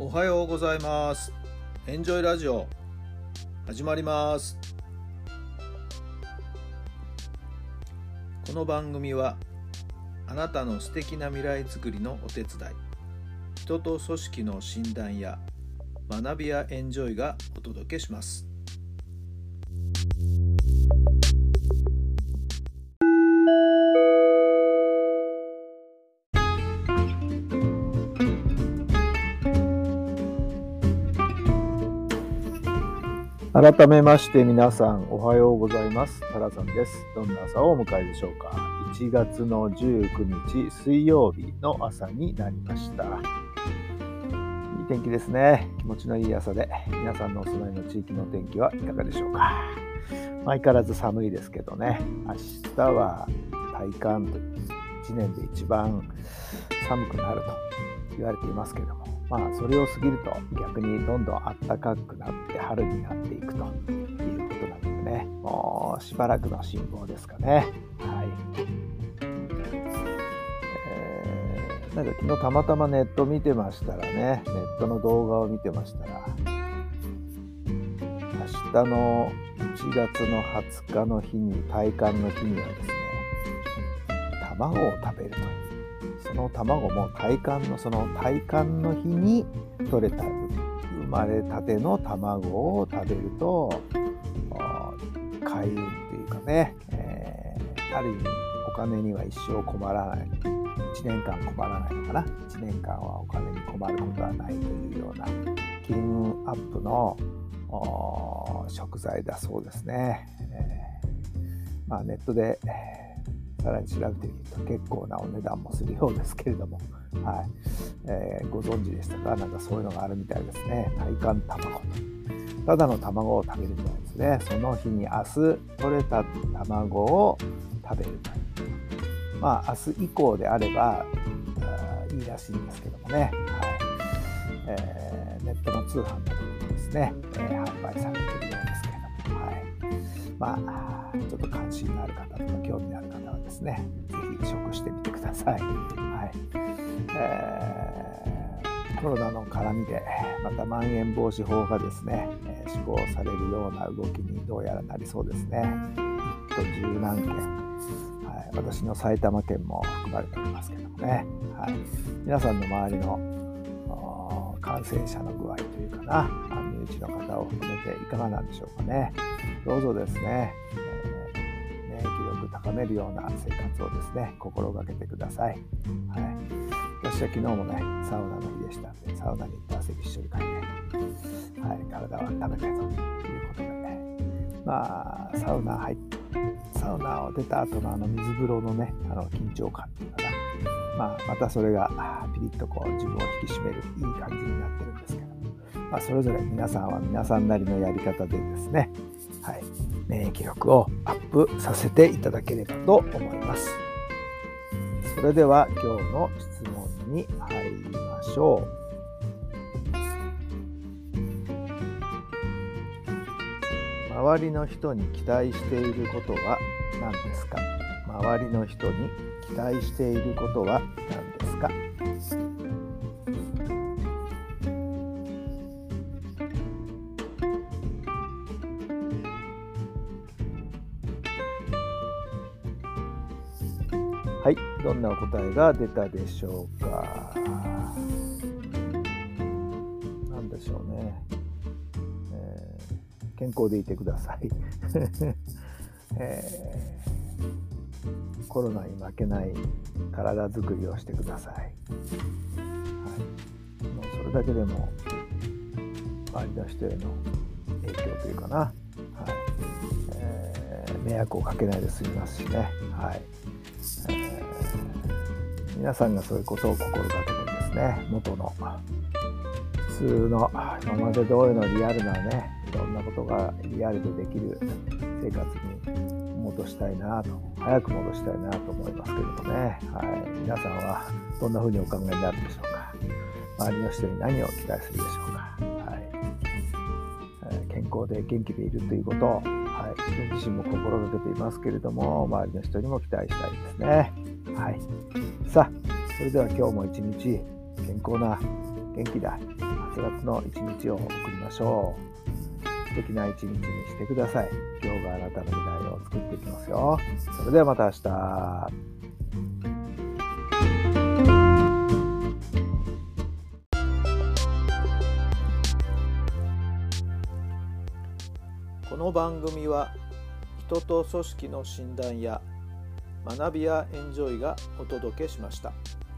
おはようございます。エンジョイラジオ始まります。この番組はあなたの素敵な未来づくりのお手伝い、人と組織の診断や学びやエンジョイがお届けします。改めまして皆さんおはようございます。タラさんです。どんな朝をお迎えでしょうか。1月の19日水曜日の朝になりました。いい天気ですね。気持ちのいい朝で、皆さんのお住まいの地域の天気はいかがでしょうか。相変わらず寒いですけどね、明日は体感と1年で一番寒くなると言われていますけれども、それを過ぎると逆にどんどん暖かくなって春になっていくということなのでね、もうしばらくの辛抱ですかね。はい。なんか昨日たまたまネット見てましたらね、ネットの動画を見てましたら、明日の1月の20日の日に、大寒の日にはですね、卵を食べるという。その卵も大寒の日に取れた生まれたての卵を食べると開運っていうかね、ある意味お金には一生困らない、1年間困らないのかな、1年間はお金に困ることはないというような金運アップの食材だそうですね。ネットでさらに調べてみると結構なお値段もするようですけれども、ご存知でしたか。なんかそういうのがあるみたいですね。大寒卵と、ただの卵を食べるみたいですね。その日に明日取れた卵を食べるという、明日以降であればいいらしいんですけどもね、ネットの通販などでですね、販売されているようですけれども、ちょっと関心のある方とか興味のある方はですね、ぜひ食してみてください。コロナの絡みでまたまん延防止法がですね、施行されるような動きにどうやらなりそうですね。十何県、私の埼玉県も含まれておりますけどもね、皆さんの周りの感染者の具合というかな、身内の方を含めていかがなんでしょうかね。どうぞですね、免疫力高めるような生活をですね、心がけてください。私は昨日もね、サウナの日でしたので、サウナに行って汗びっしょりかいて、体を温めたいということでね、サウナを出た後の水風呂のね、緊張感っていうかな、またそれがピリッと自分を引き締めるいい感じになってるんですけど、それぞれ皆さんは皆さんなりのやり方でですね、免疫力をアップさせていただければと思います。それでは今日の質問に入りましょう。周りの人に期待していることは何ですか？周りの人に期待していることは何ですか？どんなお答えが出たでしょうか。何でしょうね。健康でいてください。コロナに負けない体づくりをしてください。もうそれだけでも周りの人への影響というかな、迷惑をかけないで済みますしね。皆さんがそういうことを心がけてですね、元の普通の今まで通りのリアルなね、いろんなことがリアルでできる生活に戻したいなと、早く戻したいなと思いますけれどもね。皆さんはどんなふうにお考えになるでしょうか。周りの人に何を期待するでしょうか。健康で元気でいるということを、自分自身も心がけていますけれども、周りの人にも期待したいですね。さあ、それでは今日も一日健康な元気な8月の一日を送りましょう。素敵な一日にしてください。今日があなたの未来を作っていきますよ。それではまた明日。この番組は人と組織の診断や学びやエンジョイがお届けしました。